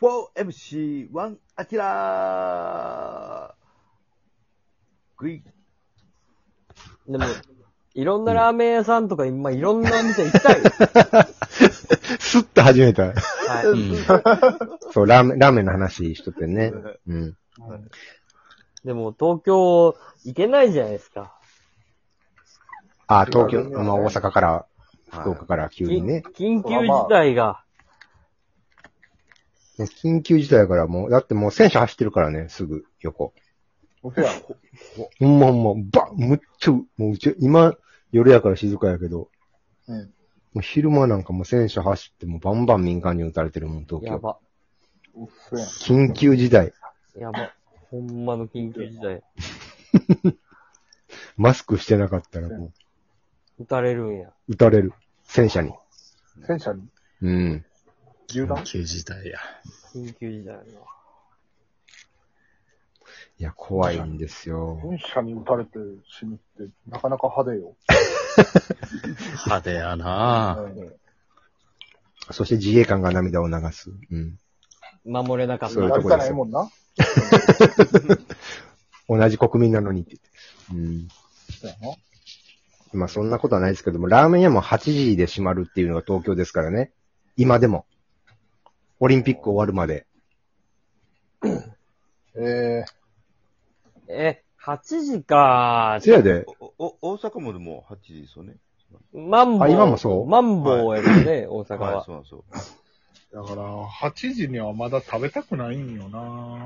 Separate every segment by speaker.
Speaker 1: 4MC1 アキラーグイ。
Speaker 2: でも、いろんなラーメン屋さんとか、今いろんなお店行きたいよ。
Speaker 3: スッと始めた。
Speaker 2: はい。
Speaker 3: そう、ラーメンの話しとってね。うん。
Speaker 2: でも、東京、行けないじゃないですか。
Speaker 3: あ、東京、まあ大阪から、福岡から急にね。
Speaker 2: 緊急事態が。
Speaker 3: 緊急事態やからもう、だってもう戦車走ってるからね、すぐ横。ほんま、むっちゃ、もう今、夜やから静かやけど、もう昼間なんかもう戦車走ってもバンバン民間に撃たれてるもん、東京。
Speaker 2: やば。
Speaker 3: 緊急事態。
Speaker 2: やば。ほんまの緊急事態。
Speaker 3: マスクしてなかったらも
Speaker 2: 撃たれるんや。
Speaker 3: 撃たれる。戦車に。
Speaker 4: 戦車に
Speaker 3: うん。
Speaker 4: 銃弾
Speaker 5: 緊急事態や。
Speaker 2: 緊急事態やな。
Speaker 3: いや、怖いんですよ。
Speaker 4: 戦車に撃たれて死ぬってなかなか派手よ。
Speaker 5: 派手やなぁ。
Speaker 3: そして自衛官が涙を流す。うん。
Speaker 2: 守れなかった。
Speaker 3: そういう
Speaker 4: やりた
Speaker 3: とこですよ。
Speaker 4: ないもんな。
Speaker 3: 同じ国民なのにって言って。うん。
Speaker 4: そうやな。
Speaker 3: まあそんなことはないですけども、ラーメン屋も8時で閉まるっていうのが東京ですからね。今でも。オリンピック終わるまで。
Speaker 2: 8時か。
Speaker 3: せやで。
Speaker 1: 大阪もでも8時ですよね。
Speaker 2: マンボウ。
Speaker 3: あ今もそう
Speaker 2: マンボウやもんね、大阪
Speaker 1: はい、
Speaker 2: は。
Speaker 1: そうなんですよ。
Speaker 4: だから、8時にはまだ食べたくないんよな。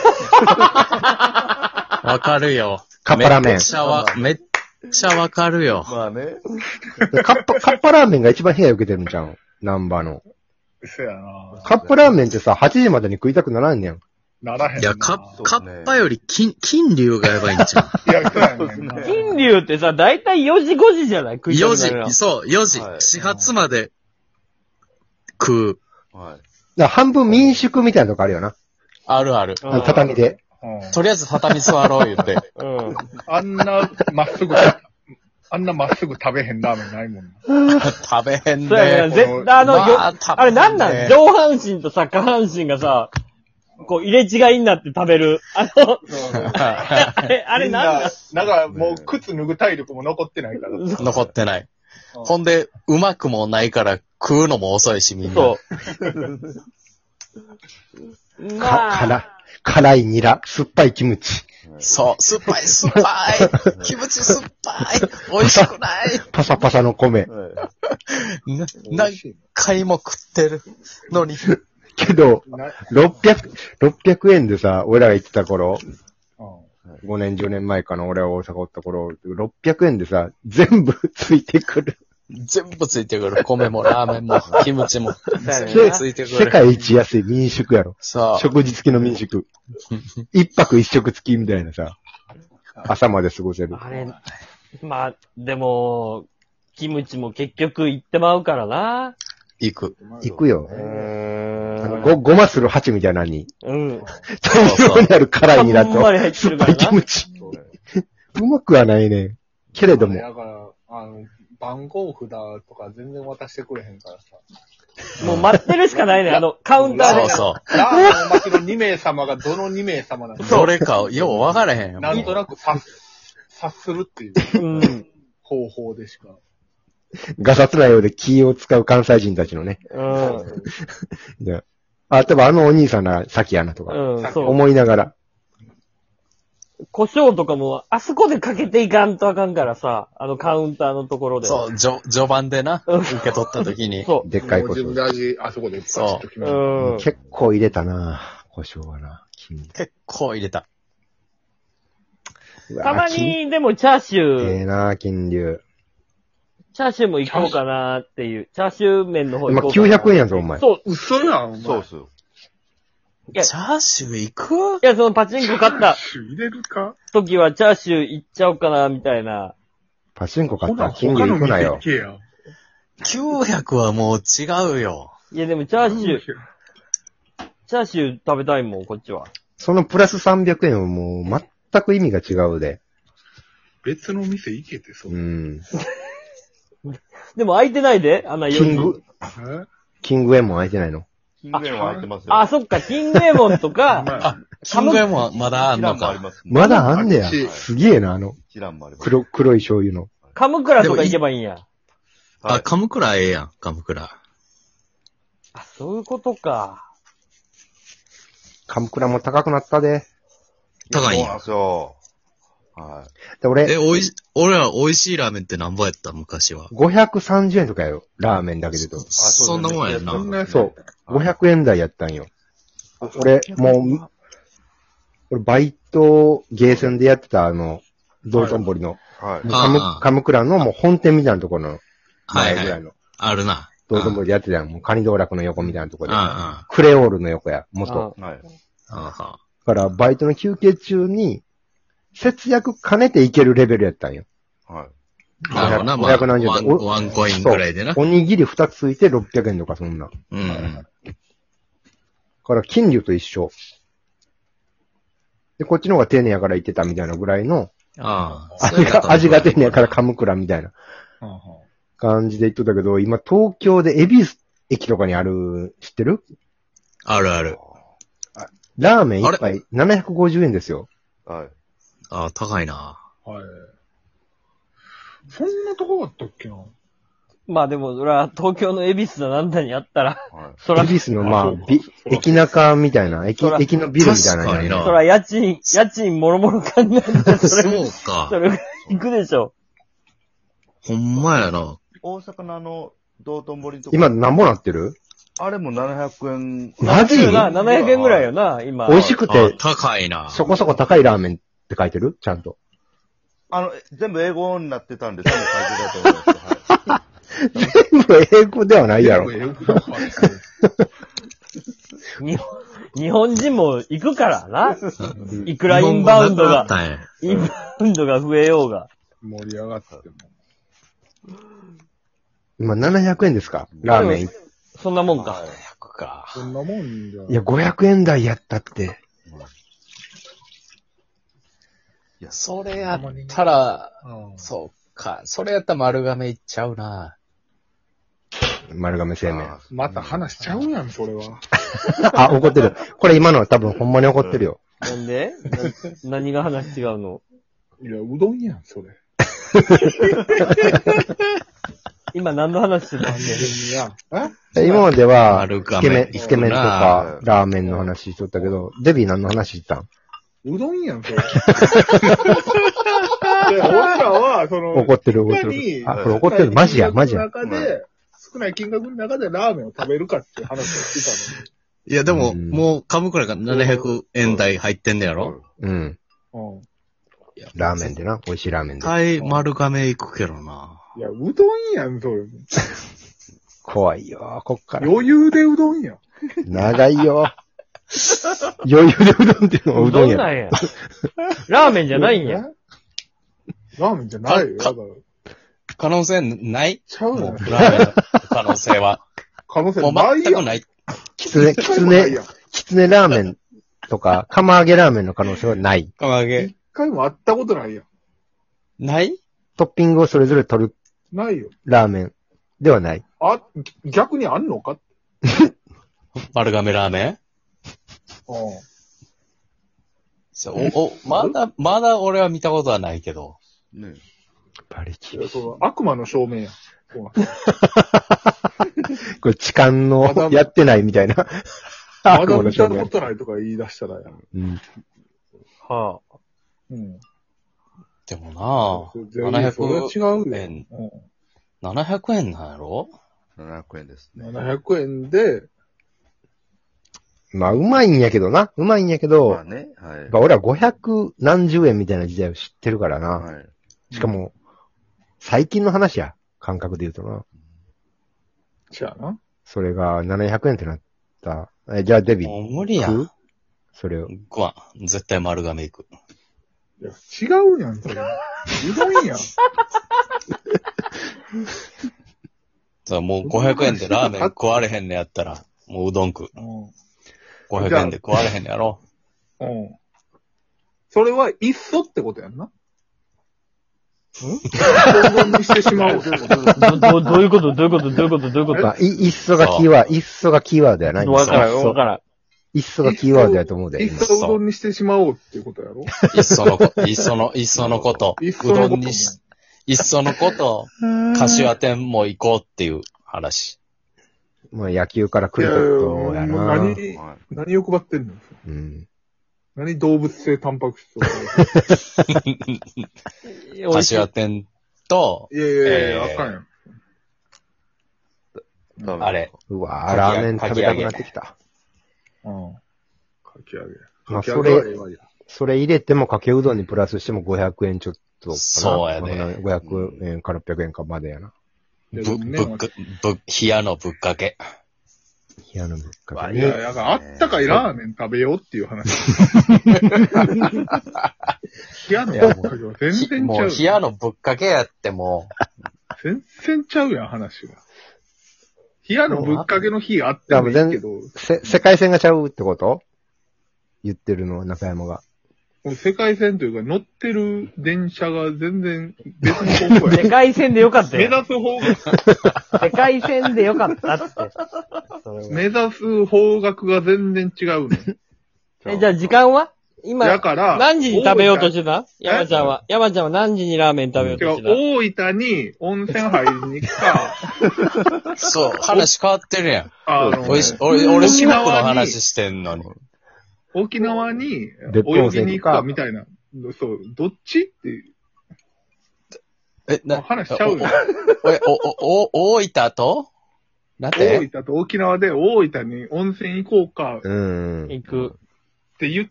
Speaker 5: わかるよ。
Speaker 3: カッパラーメン
Speaker 5: めっちゃわかるよ。
Speaker 1: まあね。
Speaker 3: カッパラーメンが一番部屋受けてるんじゃん。南波の。
Speaker 4: そやな。
Speaker 3: カップラーメンってさ、8時までに食いたくならんねん。
Speaker 4: ならへんな。
Speaker 5: いや、カッパより金龍がやばいんちゃ
Speaker 4: いや、そうやねんな。
Speaker 2: 金龍ってさ、だいたい4時5時じゃない食
Speaker 5: う
Speaker 2: いたく
Speaker 5: ?4
Speaker 2: なるの
Speaker 5: 時、そう、4時、
Speaker 1: はい
Speaker 5: 始発まで食う。
Speaker 1: はい。
Speaker 3: だから半分民宿みたいなとこあるよな。
Speaker 5: あるある。
Speaker 2: うん
Speaker 3: 畳で。
Speaker 4: うん
Speaker 5: とりあえず畳座ろう言って。
Speaker 2: うん。
Speaker 4: あんなまっすぐ食べへんラーメンないもんな。
Speaker 5: 食べへん
Speaker 2: そうやな、
Speaker 5: ね。
Speaker 2: 絶対
Speaker 5: まあ食べへんね
Speaker 2: あれなんなん上半身とさ、下半身がさ、こう入れ違いになって食べる。あれなんなん
Speaker 4: なんかもう靴脱ぐ体力も残ってないから。
Speaker 5: 残ってない。ほんで、うまくもないから食うのも遅いし、みんな。
Speaker 2: そう。まあ、
Speaker 3: 辛いニラ、酸っぱいキムチ。
Speaker 5: そう、酸っぱい。キムチ酸っぱい。美味しくない。
Speaker 3: パサパサの米。
Speaker 5: 何回も食ってるのに。
Speaker 3: けど、600円でさ、俺らが行ってた頃、5年、10年前かな、俺は大阪おった頃、600円でさ、全部ついてくる。
Speaker 5: 全部ついてくる。米もラーメンも、キムチも。全部ついてくる。
Speaker 3: 世界一安い民宿やろ。
Speaker 5: そう。
Speaker 3: 食事付きの民宿。一泊一食付きみたいなさ、朝まで過ごせる。
Speaker 2: あれ、まあ、でも、キムチも結局行ってまうからな。
Speaker 5: 行く。
Speaker 3: 行くよ。ごまする鉢みたいなのに。
Speaker 2: うん。
Speaker 3: 大量にある辛いニラと、
Speaker 2: たんまり入って
Speaker 3: 酸っぱ
Speaker 2: るからな
Speaker 3: いキムチ。うまくはないね。けれども。
Speaker 4: だから、番号札とか全然渡してくれへんからさ。
Speaker 2: もう待ってるしかないね。カウンターで。
Speaker 5: そうそう。
Speaker 4: ラーメンを待つの2名様がどの2名様なのか。
Speaker 5: どれか、よう分からへんよ。
Speaker 4: なんとなく察するっていう
Speaker 2: うん。
Speaker 4: 方法でしか。
Speaker 3: ガサツなようで気を使う関西人たちのね。
Speaker 2: うん。
Speaker 3: で多分お兄さんなら先やなとか、
Speaker 2: うん、そう。
Speaker 3: 思いながら。
Speaker 2: 胡椒とかも、あそこでかけていかんとあかんからさ、カウンターのところで。
Speaker 5: そう、序盤でな、受け取った時に。
Speaker 2: そう。
Speaker 3: でっかい胡
Speaker 4: 自分で
Speaker 3: 椒。
Speaker 4: 味、あそこでバチッと決める。
Speaker 2: うん。
Speaker 3: 結構入れたな胡椒はな。
Speaker 5: 結構入れた。
Speaker 3: うわ
Speaker 2: たまに、でもチャーシュー、
Speaker 3: ええな金龍。
Speaker 2: チャーシューも行こうかなっていう、チャーシュー麺の方行
Speaker 3: 今
Speaker 2: こうかな。
Speaker 3: 900円やぞ、お前。
Speaker 2: そう。
Speaker 4: 嘘やん、お前。
Speaker 1: そうっすよ。
Speaker 2: いや
Speaker 5: チャーシュー行く
Speaker 2: いや、そのパチンコ買った
Speaker 4: 入れるか
Speaker 2: 時はチャーシュー行っちゃおうかな、みたいな。
Speaker 3: パチンコ買ったら金龍行くなよ。
Speaker 5: ?900 はもう違うよ。
Speaker 2: いや、でもチャーシュー食べたいもん、こっちは。
Speaker 3: そのプラス300円はもう全く意味が違うで。
Speaker 4: 別の店行けて、そうう。
Speaker 3: ん。
Speaker 2: でも空いてないで、
Speaker 3: キングエンも空いてないの
Speaker 1: 金魚園は開いてますよ。
Speaker 2: あ、そっか、金魚門とか、
Speaker 5: あ、金魚もまだあんのか。
Speaker 1: キランもあります。
Speaker 3: まだあんねや。
Speaker 4: はい
Speaker 3: すげえな、
Speaker 1: キランもあります。
Speaker 3: 黒い醤油の。
Speaker 2: カムクラとか行けばいいんや。
Speaker 5: あ、カムクラええやん、カムクラ。
Speaker 2: あ、そういうことか。
Speaker 3: カムクラも高くなったで。
Speaker 5: 高いんや。
Speaker 1: そうなんですよ。はい。
Speaker 3: で、俺、
Speaker 5: 俺ら美味しいラーメンって何ぼやった昔は。
Speaker 3: 530円とかよ。ラーメンだけでと。
Speaker 5: そんなもんやんな。
Speaker 4: そんなやつ。
Speaker 3: そう。500円台やったんよ。俺、もう、俺、バイト、ゲーセンでやってた道頓堀の、
Speaker 1: はい。
Speaker 3: カムクラのもう本店みたいなところの
Speaker 5: はいはい。
Speaker 3: 前ぐらいの、
Speaker 5: あるな。
Speaker 3: 道頓堀でやってたやん。もうカニ道楽の横みたいなところで。
Speaker 5: あ
Speaker 3: クレオールの横や、元。
Speaker 1: はい。
Speaker 5: あ。
Speaker 3: だから、バイトの休憩中に、節約兼ねていけるレベルやったんよ。
Speaker 1: はい。
Speaker 5: なるほどな、まあ、
Speaker 3: 570
Speaker 5: ワンコインくらいでな。
Speaker 3: おにぎり2つついて600円とかそんな。
Speaker 5: うん。
Speaker 3: だから、金龍と一緒。で、こっちの方が丁寧やから言ってたみたいなぐらいの、
Speaker 5: ああ。
Speaker 3: 味が丁寧やからカムクラみたいな感じで言っとったけど、今東京で恵比寿駅とかにある、知ってる？
Speaker 5: あるある。
Speaker 3: ラーメン一杯750円ですよ。
Speaker 1: はい。
Speaker 5: ああ、高いな。
Speaker 4: はい。そんなとこだったっけな。
Speaker 2: まあでも、そら、東京の恵比寿だなんだにあったら、
Speaker 1: はい。
Speaker 2: そら、
Speaker 3: 恵比寿のまあ
Speaker 4: そうか、
Speaker 3: 駅中みたいな、駅
Speaker 2: そら
Speaker 3: のビルみたいなの
Speaker 5: 確かにな
Speaker 2: そら、家賃もろもろ考えて、それ、
Speaker 5: そうか
Speaker 2: そ。れぐらい行くでしょ。
Speaker 5: ほんまやな。
Speaker 1: 大阪の道頓堀のとこ。
Speaker 3: 今何ぼなってる？
Speaker 1: あれも700円。
Speaker 3: マジ
Speaker 2: そうな、700円ぐらいよな、今。
Speaker 3: 美味しく
Speaker 5: あ
Speaker 3: て、
Speaker 5: 高いな。
Speaker 3: そこそこ高いラーメンって書いてる？ちゃんと。
Speaker 1: 全部英語になってたんで、多分書いてたと思います。はい。
Speaker 3: 全部英語ではないやろ。
Speaker 2: 日本人も行くからな。いくらインバウンドが、インバウンドが増えようが。
Speaker 4: 盛り上がっても。
Speaker 3: 今700円ですか？ラーメン。
Speaker 2: そんなもんか。
Speaker 5: 100か。
Speaker 4: そんなもんじゃ。
Speaker 3: いや、500円台やったって。
Speaker 5: それやったら、
Speaker 4: うん。
Speaker 5: そうか。それやったら丸亀行っちゃうな。
Speaker 3: 丸亀製麺。
Speaker 4: また話しちゃうやん、それは。
Speaker 3: あ、怒ってる。これ今のは多分ほんまに怒ってるよ。
Speaker 2: なんで何が話違うの？
Speaker 4: いや、うどんやん、それ。
Speaker 2: 今何の話してたんで
Speaker 3: 今までは、
Speaker 5: 丸
Speaker 3: つけ麺
Speaker 5: 亀
Speaker 3: とか、ラーメンの話しとったけど、デビー何の話したん？
Speaker 4: うどんやん、それ。で俺らは、
Speaker 3: 怒ってる、怒ってる。あ、これ怒ってる。マジや、マジや。
Speaker 4: 少ない金額の中でラーメンを食べるかっていう話をしてた
Speaker 5: いや、でも、
Speaker 3: うん
Speaker 5: もう、株くらいが700円台入ってんねやろ？
Speaker 3: うん。
Speaker 4: の。
Speaker 3: ラーメンでな、美味しいラーメンで。
Speaker 5: 対丸亀行くけどな。
Speaker 4: いや、うどんやん、それ。
Speaker 3: 怖いよ、こっから。
Speaker 4: 余裕でうどんやん。
Speaker 3: 長いよ。余裕でうどんっていうのはうどんや。
Speaker 2: なんや。ラーメンじゃないんや。
Speaker 4: ラーメンじゃないよ。だから。
Speaker 5: 可能性ない
Speaker 4: ちゃうやん。
Speaker 5: もう、ラーメンの可能性は。
Speaker 4: 可能性
Speaker 5: もう
Speaker 4: ないやん。
Speaker 5: 全くない。
Speaker 3: きつねラーメンとか、釜揚げラーメンの可能性はない。
Speaker 5: 釜揚げ。
Speaker 4: 一回も会ったことないやん。
Speaker 5: ない
Speaker 3: トッピングをそれぞれ取る
Speaker 4: ないよ。
Speaker 3: ラーメンではない。
Speaker 4: 逆にあんのか
Speaker 5: 丸亀ラーメンまだ俺は見たことはないけど。
Speaker 1: ね。
Speaker 3: バリキ
Speaker 4: うん。悪魔の証明やん。
Speaker 3: これ痴漢のやってないみたいな。
Speaker 4: まだ
Speaker 3: 悪魔の
Speaker 4: 見た
Speaker 3: 証明
Speaker 4: ことないとか言い出したらやん。
Speaker 3: うん。
Speaker 2: はあ。
Speaker 4: うん。
Speaker 5: でもなぁ、
Speaker 4: それは違うよ。
Speaker 5: 円。700円なんやろ
Speaker 1: 700円ですね。
Speaker 4: 700円で、
Speaker 3: まあ、うまいんやけどな。うまいんやけど、
Speaker 1: まあね。はい
Speaker 3: やっ。ぱ俺は500何十円みたいな時代を知ってるからな。
Speaker 1: はい。
Speaker 3: しかも、最近の話や。感覚で言うとな。
Speaker 4: じゃあな。
Speaker 3: それが700円ってなった。じゃあデビ
Speaker 5: もう無理やん。
Speaker 3: それを。
Speaker 5: 行くわ。絶対丸亀行く。
Speaker 4: いや、違うやん、それ。うどんやん。
Speaker 5: もう500円でラーメン食われへんねやったら、もううどん食う。500円で食われへんねやろ。
Speaker 4: うん。それは、いっそってことやんな。 黄金にしてしまおう。
Speaker 2: どういうこと
Speaker 3: いっそがキーワードやない。
Speaker 2: わからん。
Speaker 3: いっそがキーワードやと思うで。
Speaker 4: いっそうどんにしてしまおうっていうことやろ？
Speaker 5: いっそのこと、いっそのこと、うどんにし、いっそのこと、柏店も行こうっていう話。
Speaker 3: まあ野球から来ることやな。
Speaker 4: 何欲張ってんの？
Speaker 3: うん。
Speaker 4: 何動物性タンパク質を。
Speaker 5: 柏店と、
Speaker 4: いや、あかんや
Speaker 5: ん。あれ。
Speaker 3: うわぁ、ラーメン食べたくなってきた。
Speaker 4: うん。かき揚げ。
Speaker 3: まあ、それ入れてもかけうどんにプラスしても500円ちょっとかな。
Speaker 5: そうやね。
Speaker 3: 500円から600円かまでやな。
Speaker 5: 冷やのぶっかけ。
Speaker 3: 冷やのぶっかけ。
Speaker 4: いや、あったかいラーメン食べようっていう話。冷やのぶっかけは全然ちゃう。
Speaker 5: もう冷やのぶっかけやっても。
Speaker 4: 全然ちゃうやん、話は。冷やのぶっかけの日あってもいいけど。
Speaker 3: 世界線がちゃうってこと言ってるのは中山が。
Speaker 4: 世界線というか乗ってる電車が全然別の方向や。
Speaker 2: 世界線でよかったよ。
Speaker 4: 目指す方角。
Speaker 2: 世界線でよかったって。
Speaker 4: 目指す方角が全然違う
Speaker 2: の。じゃあ時間は今、
Speaker 4: だから
Speaker 2: 何時に食べようとしてた？山ちゃんは何時にラーメン食べようとしてた？
Speaker 4: 大分に温泉入りに行くか。
Speaker 5: そう、話変わってるやん。俺四国の話してんのに。
Speaker 4: 沖縄に泳ぎに行くかみたいな。そう、どっちっていう。話しちゃうよ。
Speaker 5: 大分となんて
Speaker 4: 大分と沖縄で大分に温泉行こうか。
Speaker 2: 行く。
Speaker 4: って言って、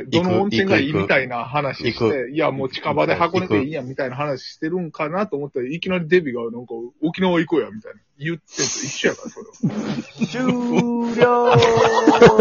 Speaker 4: どの温泉がいいみたいな話して、いやもう近場で箱根でいいやみたいな話してるんかなと思ったら、いきなりデビがなんか沖縄行こうやみたいな言ってんと一緒やから、それは。
Speaker 2: 終了